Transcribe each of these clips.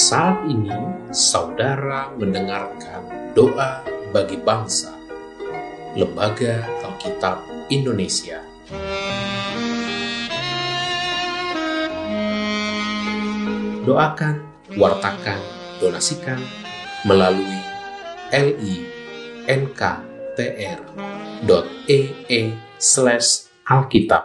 Saat ini saudara mendengarkan Doa Bagi Bangsa, Lembaga Alkitab Indonesia. Doakan, wartakan, donasikan melalui linktr.ee/alkitab.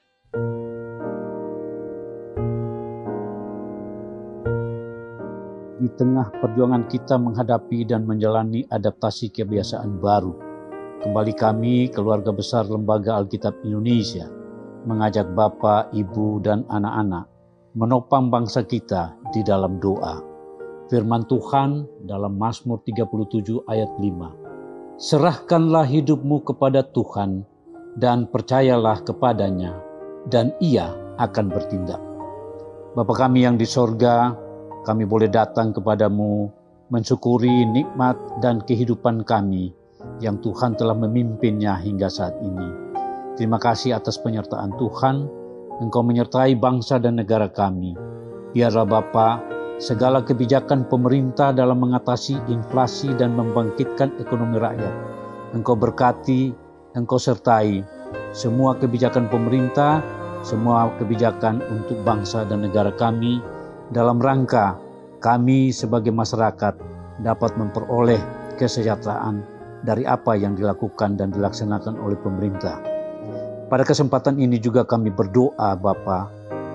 Di tengah perjuangan kita menghadapi dan menjalani adaptasi kebiasaan baru, kembali kami, keluarga besar Lembaga Alkitab Indonesia, mengajak Bapak, Ibu, dan anak-anak menopang bangsa kita di dalam doa. Firman Tuhan dalam Mazmur 37 ayat 5. Serahkanlah hidupmu kepada Tuhan dan percayalah kepadanya, dan Ia akan bertindak. Bapa kami yang di sorga, kami boleh datang kepadamu, mensyukuri nikmat dan kehidupan kami yang Tuhan telah memimpinnya hingga saat ini. Terima kasih atas penyertaan Tuhan, Engkau menyertai bangsa dan negara kami. Biarlah Bapa, segala kebijakan pemerintah dalam mengatasi inflasi dan membangkitkan ekonomi rakyat, Engkau berkati, Engkau sertai semua kebijakan pemerintah, semua kebijakan untuk bangsa dan negara kami, dalam rangka kami sebagai masyarakat dapat memperoleh kesejahteraan dari apa yang dilakukan dan dilaksanakan oleh pemerintah. Pada kesempatan ini juga kami berdoa Bapa,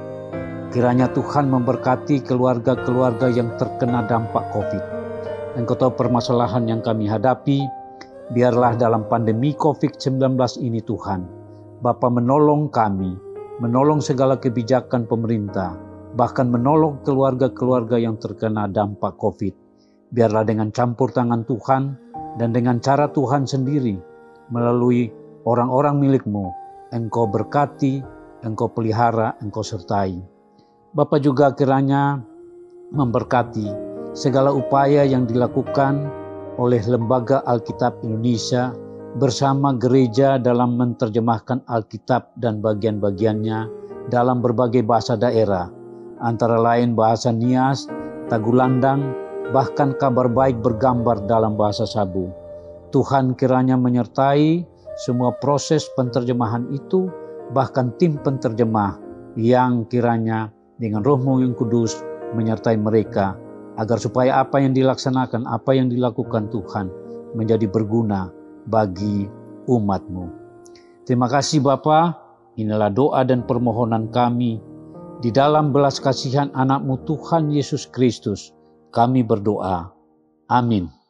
kiranya Tuhan memberkati keluarga-keluarga yang terkena dampak COVID. Engkau tahu permasalahan yang kami hadapi, biarlah dalam pandemi COVID-19 ini Tuhan, Bapa menolong kami, menolong segala kebijakan pemerintah, bahkan menolong keluarga-keluarga yang terkena dampak COVID. Biarlah dengan campur tangan Tuhan dan dengan cara Tuhan sendiri, melalui orang-orang milik-Mu, Engkau berkati, Engkau pelihara, Engkau sertai. Bapa juga kiranya memberkati segala upaya yang dilakukan oleh Lembaga Alkitab Indonesia bersama gereja dalam menerjemahkan Alkitab dan bagian-bagiannya dalam berbagai bahasa daerah, antara lain bahasa Nias, Tagulandang, bahkan kabar baik bergambar dalam bahasa Sabu. Tuhan kiranya menyertai semua proses penterjemahan itu, bahkan tim penterjemah yang kiranya dengan Roh-Mu yang kudus menyertai mereka, agar supaya apa yang dilaksanakan, apa yang dilakukan Tuhan menjadi berguna bagi umat-Mu. Terima kasih Bapa, inilah doa dan permohonan kami. Di dalam belas kasihan anak-Mu Tuhan Yesus Kristus, kami berdoa. Amin.